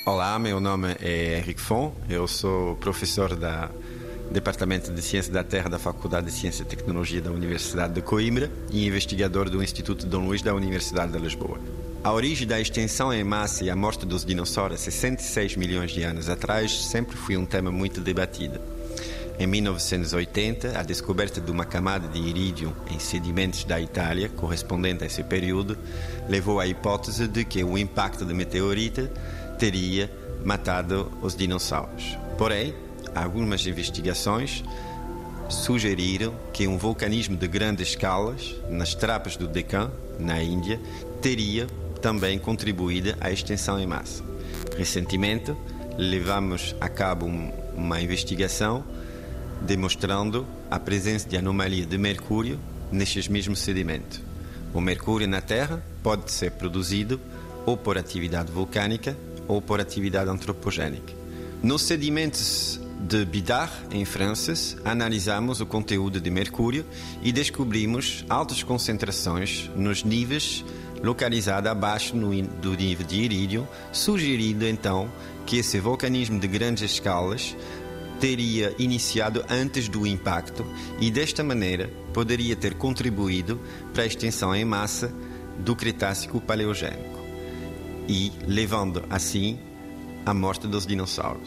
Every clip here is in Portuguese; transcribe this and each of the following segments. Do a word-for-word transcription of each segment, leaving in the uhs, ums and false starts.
Olá, meu nome é Henrique Fon, eu sou professor do Departamento de Ciência da Terra da Faculdade de Ciência e Tecnologia da Universidade de Coimbra e investigador do Instituto Dom Luís da Universidade de Lisboa. A origem da extinção em massa e a morte dos dinossauros sessenta e seis milhões de anos atrás sempre foi um tema muito debatido. Em mil novecentos e oitenta, a descoberta de uma camada de irídio em sedimentos da Itália, correspondente a esse período, levou à hipótese de que o impacto do meteorito teria matado os dinossauros. Porém, algumas investigações sugeriram que um vulcanismo de grandes escalas, nas trapas do Deccan, na Índia, teria também contribuído à extinção em massa. Recentemente, levamos a cabo um, uma investigação demonstrando a presença de anomalia de mercúrio nestes mesmos sedimentos. O mercúrio na Terra pode ser produzido ou por atividade vulcânica ou por atividade antropogénica. Nos sedimentos de Bidart, em França, analisamos o conteúdo de mercúrio e descobrimos altas concentrações nos níveis localizados abaixo no, do nível de irídio, sugerindo então que esse vulcanismo de grandes escalas teria iniciado antes do impacto e, desta maneira, poderia ter contribuído para a extinção em massa do Cretácico Paleogénico e levando, assim, à morte dos dinossauros.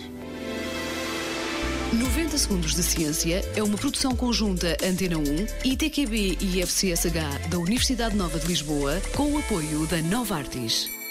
noventa Segundos de Ciência é uma produção conjunta Antena um, I T Q B e F C S H da Universidade Nova de Lisboa, com o apoio da Novartis.